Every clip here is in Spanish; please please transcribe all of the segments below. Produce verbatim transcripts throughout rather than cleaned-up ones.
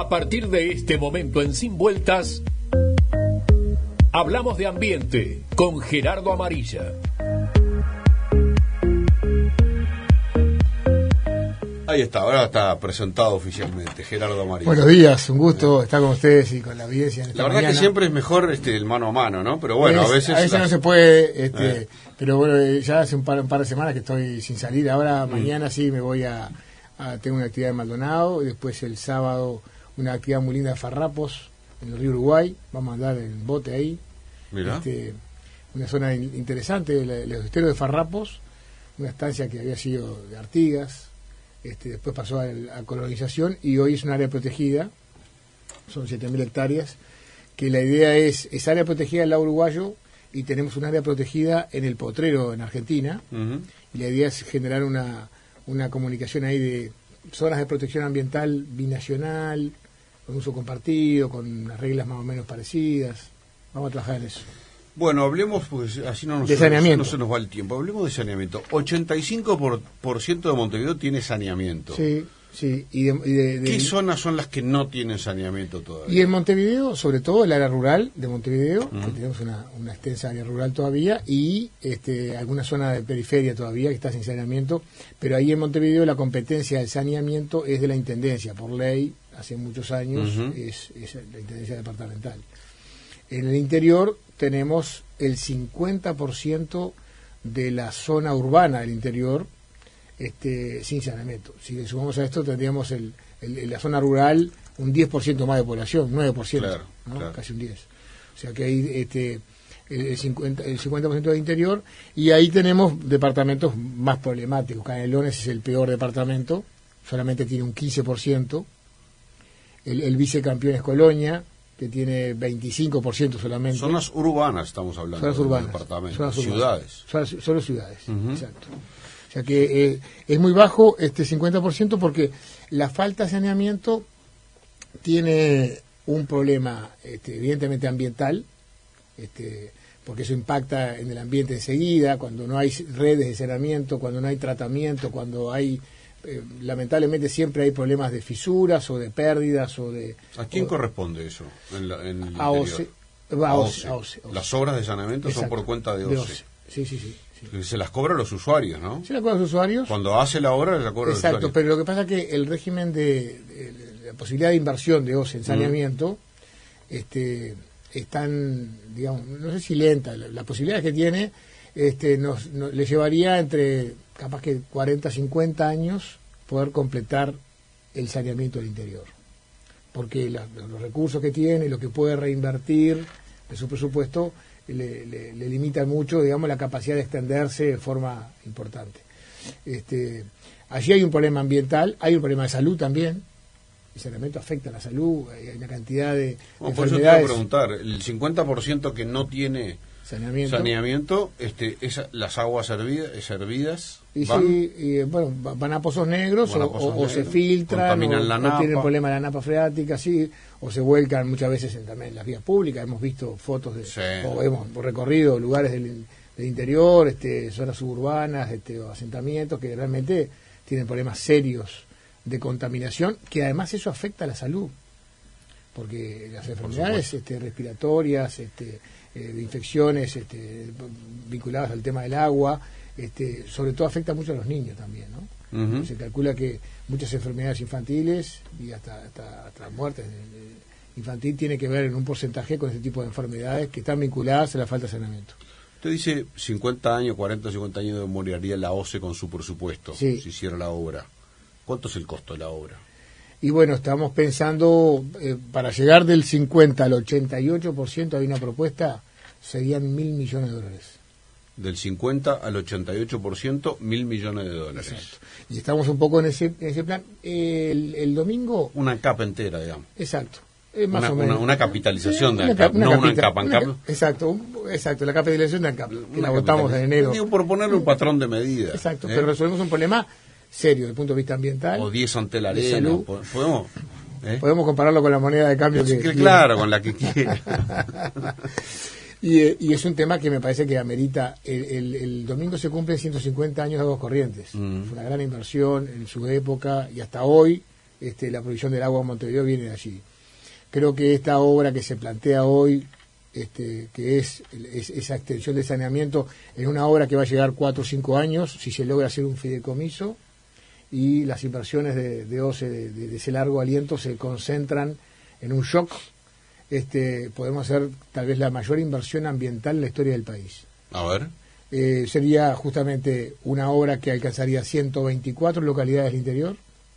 A partir de este momento en Sin Vueltas, hablamos de ambiente con Gerardo Amarilla. Ahí está, ahora está presentado oficialmente, Gerardo Amarilla. Buenos días, un gusto estar con ustedes y con la audiencia. En esta la verdad mañana. Que siempre es mejor este, el mano a mano, ¿no? Pero bueno, es, a veces... A veces la... no se puede, este, eh. pero bueno, ya hace un par, un par de semanas que estoy sin salir. Ahora, mm. mañana sí me voy a, a... Tengo una actividad en Maldonado, y después el sábado una actividad muy linda de farrapos en el río Uruguay. Vamos a andar en bote ahí. Mirá. Este, una zona in, interesante, los esteros de farrapos, una estancia que había sido de Artigas. Este, después pasó a, a colonización y hoy es un área protegida, son siete mil hectáreas, que la idea es, es área protegida del lago uruguayo y tenemos un área protegida en el Potrero, en Argentina, uh-huh. y la idea es generar una, una comunicación ahí de zonas de protección ambiental binacional, con uso compartido, con unas reglas más o menos parecidas. Vamos a trabajar en eso. Bueno, hablemos, porque así no nos, de saneamiento. no se nos va el tiempo. Hablemos de saneamiento. ochenta y cinco por ciento de Montevideo tiene saneamiento. Sí, sí. Y de, y de, de, ¿Qué zonas son las que no tienen saneamiento todavía? Y en Montevideo, sobre todo el área rural de Montevideo, uh-huh. que tenemos una, una extensa área rural todavía, y este, alguna zona de periferia todavía que está sin saneamiento. Pero ahí en Montevideo la competencia del saneamiento es de la Intendencia, por ley, hace muchos años, uh-huh. es, es la Intendencia departamental. En el interior tenemos el cincuenta por ciento de la zona urbana del interior este, sin saneamiento. Si le sumamos a esto, tendríamos el, el, en la zona rural un diez por ciento más de población, nueve por ciento, claro, ¿no? Claro. Casi un diez por ciento. O sea que hay este, el, cincuenta, el cincuenta por ciento del interior, y ahí tenemos departamentos más problemáticos. Canelones es el peor departamento, solamente tiene un quince por ciento. El, el vicecampeón es Colonia, que tiene veinticinco por ciento solamente. Zonas urbanas estamos hablando. Zonas urbanas. Departamentos. Zonas ciudades. Urbanas. Solo, solo ciudades, uh-huh. Exacto. O sea que eh, es muy bajo este cincuenta por ciento porque la falta de saneamiento tiene un problema este, evidentemente ambiental, este, porque eso impacta en el ambiente enseguida, cuando no hay redes de saneamiento, cuando no hay tratamiento, cuando hay... Eh, lamentablemente siempre hay problemas de fisuras o de pérdidas o de... ¿A quién o, corresponde eso en, la, en el a OCE, a OCE, a OCE, OCE. Las obras de saneamiento Exacto. son por cuenta de OCE. de OCE. Sí, sí, sí, sí. Se las cobran los usuarios, ¿no? Se las cobran los usuarios. Cuando hace la obra, se la cobran los usuarios. Exacto, pero lo que pasa es que el régimen de, de, de la posibilidad de inversión de OCE en saneamiento mm. este, es tan, digamos, no sé si lenta, la, la posibilidad que tiene este, nos, nos, le llevaría entre capaz que cuarenta, cincuenta años poder completar el saneamiento del interior, porque la, los recursos que tiene, lo que puede reinvertir de su presupuesto le, le, le limitan mucho, digamos, la capacidad de extenderse de forma importante. Este, allí hay un problema ambiental, hay un problema de salud también. El saneamiento afecta a la salud, hay una cantidad de, bueno, de por enfermedades. Eso te iba a preguntar, el cincuenta por ciento que no tiene saneamiento, saneamiento este, es, las aguas hervidas, hervidas y van, sí, y, bueno, van a pozos negros a o, pozos o, negros, o se filtran o, la o tienen problema de la napa freática, sí, o se vuelcan muchas veces en, también en las vías públicas. Hemos visto fotos de, sí. o hemos recorrido lugares del, del interior, este, zonas suburbanas, este, o asentamientos que realmente tienen problemas serios de contaminación, que además eso afecta a la salud, porque las enfermedades este, respiratorias, este, eh, de infecciones este, vinculadas al tema del agua, este, sobre todo afecta mucho a los niños también, ¿no? Uh-huh. Se calcula que muchas enfermedades infantiles y hasta, hasta, hasta muertes infantil tiene que ver en un porcentaje con este tipo de enfermedades que están vinculadas a la falta de saneamiento. Usted dice cincuenta años, cuarenta, cincuenta años demoraría la OCE con su presupuesto, sí. si hiciera la obra. ¿Cuánto es el costo de la obra? Y bueno, estamos pensando, eh, para llegar del cincuenta al ochenta y ocho por ciento hay una propuesta, serían mil millones de dólares. Del cincuenta al ochenta y ocho por ciento, mil millones de dólares. Exacto. Y estamos un poco en ese, en ese plan. El, el domingo... Una capa entera, digamos. Exacto. Eh, más una, o menos. Una, una capitalización sí, de ANCAP, una, no una una ANCAP. ANCAP. Una, exacto, un, exacto, la capitalización de ANCAP, que una la votamos en enero. Digo, por ponerle un patrón de medida. Exacto, ¿eh? pero resolvemos un problema serio desde el punto de vista ambiental. O diez ante la arena. ¿Podemos? ¿Eh? Podemos compararlo con la moneda de cambio sí, que, que claro, con la que quiera. y, y es un tema que me parece que amerita. El, el, el domingo se cumplen ciento cincuenta años de Aguas Corrientes. Mm. Fue una gran inversión en su época y hasta hoy este, la provisión del agua en Montevideo viene de allí. Creo que esta obra que se plantea hoy, este, que es, es esa extensión de saneamiento, es una obra que va a llegar cuatro o cinco años, si se logra hacer un fideicomiso, y las inversiones de, de O C E, de, de, de ese largo aliento, se concentran en un shock. Este, podemos hacer tal vez la mayor inversión ambiental en la historia del país. A ver. Eh, sería justamente una obra que alcanzaría ciento veinticuatro localidades del interior,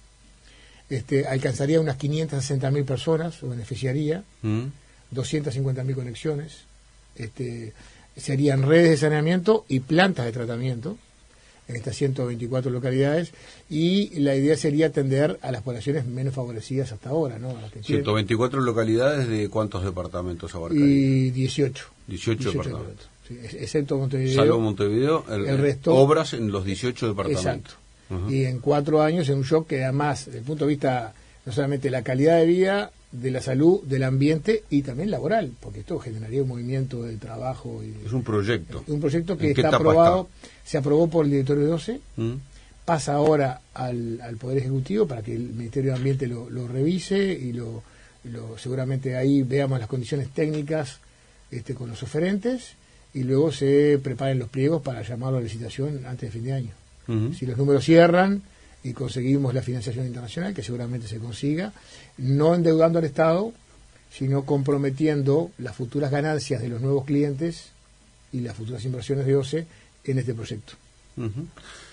este, alcanzaría unas quinientas sesenta mil personas, o beneficiaría, mm. doscientas cincuenta mil conexiones, este, serían redes de saneamiento y plantas de tratamiento en estas ciento veinticuatro localidades, y la idea sería atender a las poblaciones menos favorecidas hasta ahora, ¿no? A las que ciento veinticuatro tienen... localidades, ¿de cuántos departamentos abarcaría? Y dieciocho. dieciocho, dieciocho departamentos. Sí, excepto Montevideo. Salvo Montevideo, el, el resto, obras en los dieciocho departamentos. Exacto. Uh-huh. Y en cuatro años en un shock que además, desde el punto de vista no solamente de la calidad de vida, de la salud, del ambiente y también laboral, porque esto generaría un movimiento del trabajo. Y, es un proyecto. Un proyecto que está aprobado, está? se aprobó por el directorio de O C E, ¿Mm? Pasa ahora al, al Poder Ejecutivo para que el Ministerio de Ambiente lo, lo revise y lo, lo seguramente ahí veamos las condiciones técnicas este, con los oferentes, y luego se preparen los pliegos para llamarlo a licitación antes de fin de año. Uh-huh. Si los números cierran y conseguimos la financiación internacional, que seguramente se consiga, no endeudando al Estado, sino comprometiendo las futuras ganancias de los nuevos clientes y las futuras inversiones de O C E en este proyecto. Uh-huh.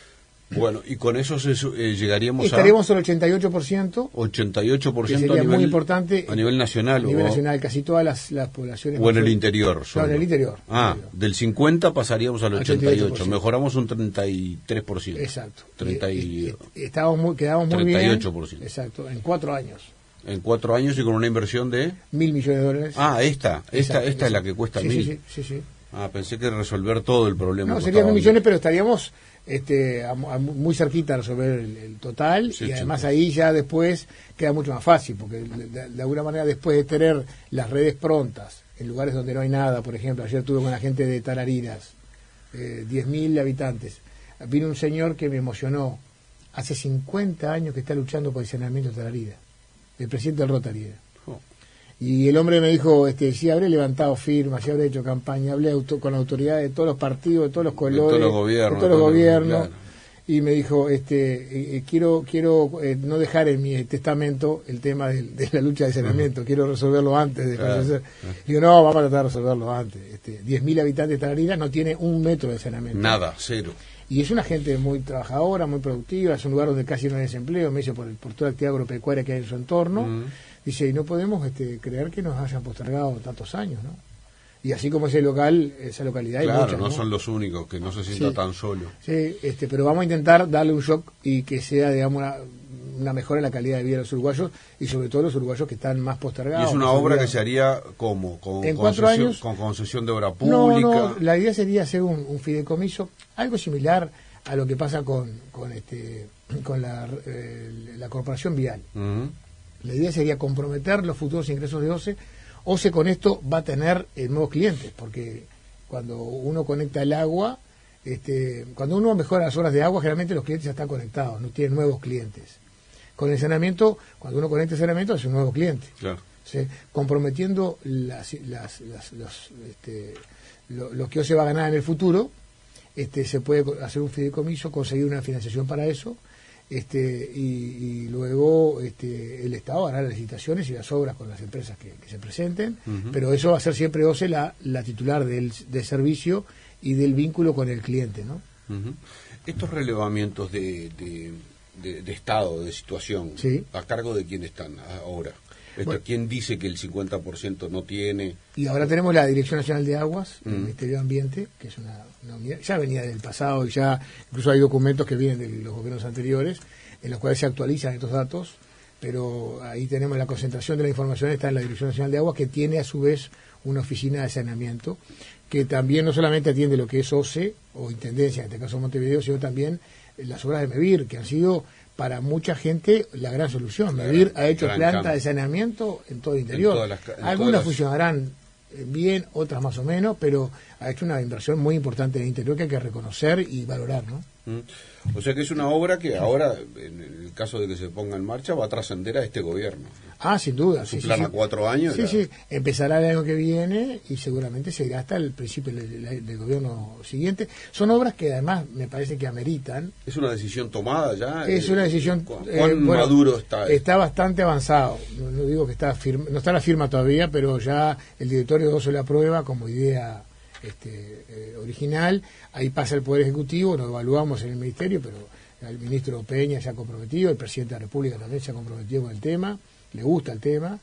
Bueno, y con eso se, eh, llegaríamos Estaríamos a... al ochenta y ocho por ciento. ochenta y ocho por ciento que sería a nivel, muy importante. A nivel nacional. A nivel o... nacional, casi todas las, las poblaciones. O en el interior. No, en el interior. Ah, interior. Del cincuenta pasaríamos al ochenta y ocho. ochenta y ocho por ciento. Mejoramos un treinta y tres por ciento. Exacto. treinta y... Estábamos muy, quedamos muy treinta y ocho bien. por ciento. Exacto, en cuatro años. En cuatro años y con una inversión de... Mil millones de dólares. Ah, esta. Esta, exacto, esta es la que cuesta sí, mil. Sí, sí, sí, sí. Ah, pensé que resolver todo el problema. No, serían mil millones, pero estaríamos este, a, a muy cerquita de resolver el, el total, sí, y además sí, ahí ya después queda mucho más fácil, porque de, de alguna manera después de tener las redes prontas en lugares donde no hay nada, por ejemplo, ayer estuve con la gente de Tarariras, eh, diez mil habitantes, vino un señor que me emocionó, hace cincuenta años que está luchando por el saneamiento de Tarariras, el presidente del Rotary. Y el hombre me dijo, este, sí, habré levantado firmas, sí, habré hecho campaña, hablé auto, con autoridades de todos los partidos, de todos los colores, de todos los gobiernos, de todos los gobiernos, claro. Y me dijo, este, eh, quiero quiero eh, no dejar en mi testamento el tema de, de la lucha de saneamiento, uh-huh. Quiero resolverlo antes de claro. fallecer. Uh-huh. Digo, no, vamos a tratar de resolverlo antes. Este, diez mil habitantes de Tarariras no tiene un metro de saneamiento. Nada, cero. Y es una gente muy trabajadora, muy productiva, es un lugar donde casi no hay desempleo, me dice, por, el, por toda la actividad agropecuaria que hay en su entorno. Uh-huh. Dice, y no podemos este, creer que nos hayan postergado tantos años, ¿no? Y así como ese local, esa localidad claro, hay muchas, no, ¿no? son los únicos, que no se sienta sí, tan solo. Sí, este, pero vamos a intentar darle un shock y que sea, digamos, una, una mejora en la calidad de vida de los uruguayos y sobre todo los uruguayos que están más postergados. ¿Y es una obra que se haría como? ¿Con, en cuatro años? ¿Con concesión de obra pública? No, no, la idea sería hacer un, un fideicomiso, algo similar a lo que pasa con, con, este, con la, eh, la Corporación Vial. Uh-huh. La idea sería comprometer los futuros ingresos de O C E. O C E con esto va a tener eh, nuevos clientes, porque cuando uno conecta el agua, este, cuando uno mejora las horas de agua, generalmente los clientes ya están conectados, no tienen nuevos clientes. Con el saneamiento, cuando uno conecta el saneamiento, es un nuevo cliente. Claro. ¿Sí? Comprometiendo las, las, las, los, este, lo, lo que O C E va a ganar en el futuro, este, se puede hacer un fideicomiso, conseguir una financiación para eso. Este, y, y luego este, el Estado hará las licitaciones y las obras con las empresas que, que se presenten, uh-huh. Pero eso va a ser siempre O C E la, la titular del, del servicio y del vínculo con el cliente, ¿no? Uh-huh. Estos relevamientos de, de, de, de estado, de situación, ¿sí? ¿A cargo de quién están ahora? Bueno, ¿quién dice que el cincuenta por ciento no tiene? Y ahora tenemos la Dirección Nacional de Aguas, el mm. Ministerio de Ambiente, que es una, una unidad, ya venía del pasado y ya incluso hay documentos que vienen de los gobiernos anteriores en los cuales se actualizan estos datos, pero ahí tenemos la concentración de la información, está en la Dirección Nacional de Aguas, que tiene a su vez una oficina de saneamiento, que también no solamente atiende lo que es O C E o Intendencia, en este caso Montevideo, sino también las obras de MEVIR, que han sido para mucha gente la gran solución. MEVIR ha hecho plantas de saneamiento en todo el interior. Las, Algunas las... funcionarán bien, otras más o menos, pero ha hecho una inversión muy importante en el interior que hay que reconocer y valorar, ¿no? Mm. O sea que es una obra que ahora, en el caso de que se ponga en marcha, va a trascender a este gobierno. Ah, sin duda. Su sí, plan sí, a cuatro años. Sí, la... sí, empezará el año que viene y seguramente se irá hasta el principio del, del, del gobierno siguiente. Son obras que además me parece que ameritan. ¿Es una decisión tomada ya? Es una decisión... ¿Cuán eh, bueno, maduro está? Está bastante avanzado. No, no digo que está firme, no está la firma todavía, pero ya el directorio dos se la aprueba como idea este, eh, original. Ahí pasa el Poder Ejecutivo, lo evaluamos en el Ministerio, pero el ministro Peña se ha comprometido, el presidente de la República también se ha comprometido con el tema, le gusta el tema,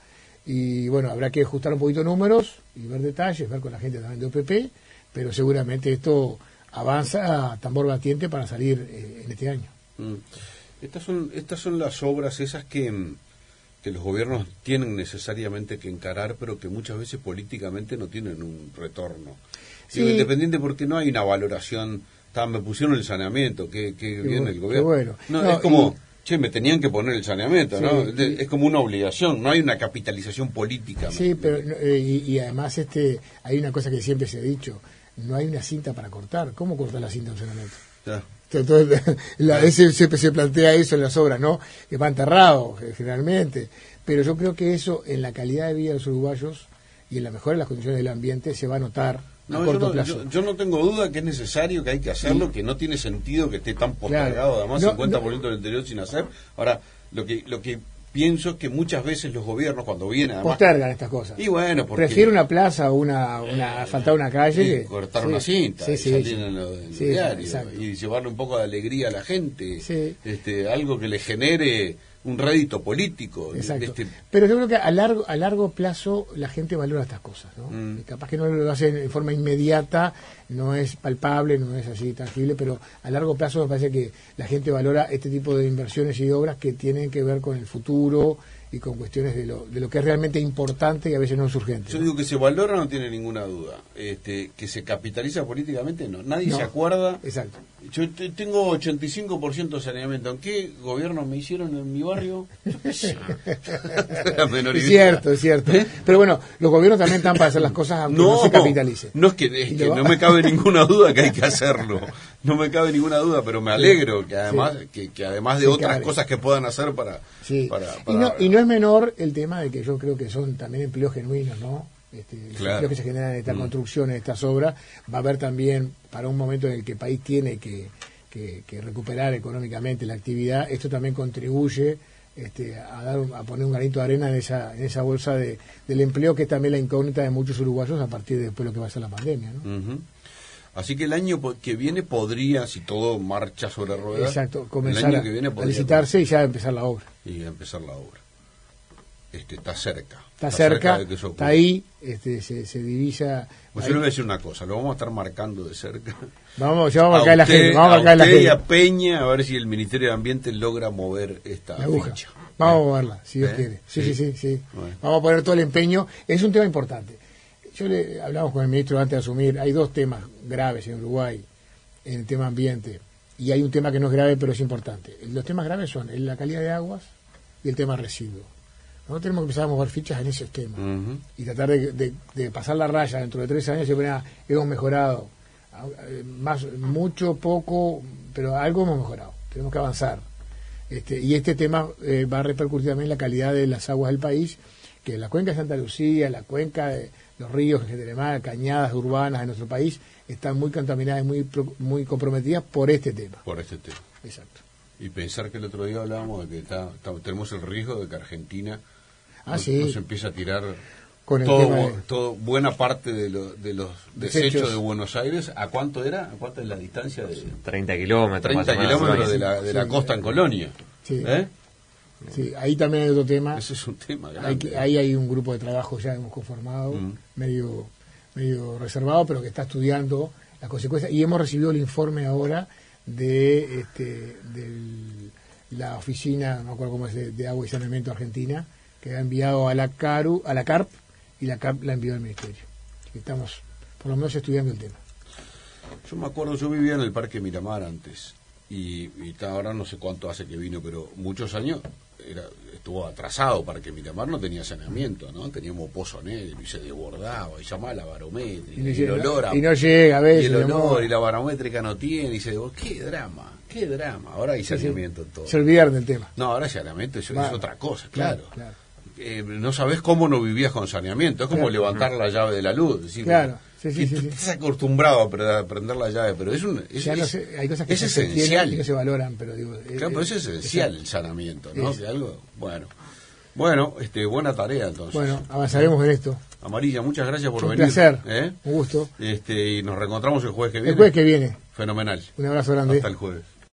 y bueno, habrá que ajustar un poquito números y ver detalles, ver con la gente también de O P P, pero seguramente esto avanza a tambor batiente para salir eh, en este año. Mm. Estas son, estas son las obras esas que, que los gobiernos tienen necesariamente que encarar, pero que muchas veces políticamente no tienen un retorno. Sí. Digo, independiente porque no hay una valoración. Ta, me pusieron el saneamiento, que, que bien bueno, el gobierno. Bueno. No, No, es como, y... che, me tenían que poner el saneamiento, sí, ¿no? y... Es como una obligación, no hay una capitalización política. Sí, me, pero me... eh, y, y además este hay una cosa que siempre se ha dicho, no hay una cinta para cortar. ¿Cómo cortar la cinta de un saneamiento? Ya. Entonces, la, ese, siempre se plantea eso en las obras, ¿no? Que va enterrado, generalmente. Pero yo creo que eso, en la calidad de vida de los uruguayos y en la mejora de las condiciones del ambiente, se va a notar no, a corto yo no, plazo. Yo, yo no tengo duda que es necesario, que hay que hacerlo, sí. Que no tiene sentido que esté tan postergado, claro. Además, no, cincuenta por ciento no, del interior sin hacer. Ahora, lo que lo que pienso es que muchas veces los gobiernos, cuando vienen... Además, postergan estas cosas. Y bueno, porque... Prefiero una plaza o una, una eh, faltar una calle sí, que... cortar sí, una cinta sí, y sí, salir sí. en los sí, diarios exacto. Y llevarle un poco de alegría a la gente, sí. este, algo que le genere un rédito político. Exacto. Este... Pero yo creo que a largo a largo plazo la gente valora estas cosas, ¿no? Mm. Capaz que no lo hacen en forma inmediata, no es palpable, no es así tangible, pero a largo plazo me parece que la gente valora este tipo de inversiones y obras que tienen que ver con el futuro y con cuestiones de lo, de lo que es realmente importante y a veces no es urgente. Yo ¿no? digo que se valora, no tiene ninguna duda. Este, que se capitaliza políticamente, no. Nadie no, se acuerda. Exacto. Yo te, tengo ochenta y cinco por ciento de saneamiento. ¿En qué gobierno me hicieron en mi barrio? Yo qué sé. Es cierto, es cierto. ¿Eh? Pero bueno, los gobiernos también están para hacer las cosas aunque no, no se capitalicen. No es que, es que no me cabe ninguna duda que hay que hacerlo. No me cabe ninguna duda, pero me alegro que además, sí. que, que además de sí, otras cabe. cosas que puedan hacer para... Sí. para, para... Y, no, y no es menor el tema de que yo creo que son también empleos genuinos, ¿no? Este, los claro. empleos que se generan en esta mm. construcción, en estas obras, va a haber también, para un momento en el que el país tiene que, que, que recuperar económicamente la actividad, esto también contribuye este, a dar a poner un granito de arena en esa, en esa bolsa de, del empleo, que es también la incógnita de muchos uruguayos a partir de después de lo que va a ser la pandemia, ¿no? Uh-huh. Así que el año que viene podría, si todo marcha sobre ruedas, exacto, comenzar el año que viene a, a licitarse y ya empezar la obra. Y empezar la obra. Este, está cerca. Está, está cerca, cerca de que está ahí, este, se, se divisa. Pues yo le voy a decir una cosa, lo vamos a estar marcando de cerca. Vamos, ya vamos a marcar la gente. Vamos a marcar la gente. Y a Peña, a ver si el Ministerio de Ambiente logra mover esta ficha. Vamos ¿Eh? a moverla, si Dios ¿Eh? quiere. Sí, sí, sí. sí, sí. Bueno. Vamos a poner todo el empeño. Es un tema importante. Yo le hablamos con el ministro antes de asumir. Hay dos temas graves en Uruguay en el tema ambiente. Y hay un tema que no es grave, pero es importante. Los temas graves son la calidad de aguas y el tema residuo. Nosotros tenemos que empezar a mover fichas en esos temas uh-huh. y tratar de, de, de pasar la raya dentro de tres años y poner, hemos mejorado. Más, mucho, poco, pero algo hemos mejorado. Tenemos que avanzar. Este, y este tema eh, va a repercutir también en la calidad de las aguas del país, que la cuenca de Santa Lucía, la cuenca de los ríos de General, cañadas urbanas de nuestro país están muy contaminadas y muy, muy comprometidas por este tema. Por este tema. Exacto. Y pensar que el otro día hablábamos de que está, está, tenemos el riesgo de que Argentina ah, nos, sí. nos empieza a tirar con el todo, tema de... todo, buena parte de, lo, de los desechos. desechos de Buenos Aires. ¿A cuánto era? ¿A cuánto es la distancia? De treinta kilómetros. treinta kilómetros de la, de la sí, costa en Colonia. Sí. ¿Eh? Sí, ahí también hay otro tema. Ese es un tema grande. Hay que, ahí hay un grupo de trabajo ya hemos conformado, mm. medio, medio reservado, pero que está estudiando las consecuencias. Y hemos recibido el informe ahora de este de la oficina, no me acuerdo cómo es, de, de agua y saneamiento argentina, que ha enviado a la CARU, a la CARP, y la CARP la envió al ministerio. Estamos por lo menos estudiando el tema. Yo me acuerdo, yo vivía en el Parque Miramar antes, y, y ahora no sé cuánto hace que vino, pero muchos años era, estuvo atrasado para que Miramar no tenía saneamiento, ¿no? Teníamos pozo negro y se desbordaba y llamaba a la barométrica y, y, el olor a, y no llega a veces, y el olor no. y la barométrica no tiene y se desbordaba. ¡Qué drama! ¡Qué drama! Ahora hay saneamiento en todo. Se olvidaron del tema. No, ahora saneamiento es, claro, es otra cosa, claro. claro, claro. Eh, no sabés cómo no vivías con saneamiento, es como claro. levantar la llave de la luz. Es decir, claro. Sí, sí, sí, sí. Estás acostumbrado a prender la llave, pero es un es, no es, sé, hay cosas que es se esencial y no se valoran, pero digo, claro, pero es esencial es, el saneamiento, ¿no? De algo, bueno, bueno, este, buena tarea entonces. Bueno, avanzaremos en esto. Amarilla, muchas gracias por un venir. Un placer, ¿eh? un gusto. Este, y nos reencontramos el jueves que viene. El jueves que viene. Fenomenal. Un abrazo grande. Hasta el jueves.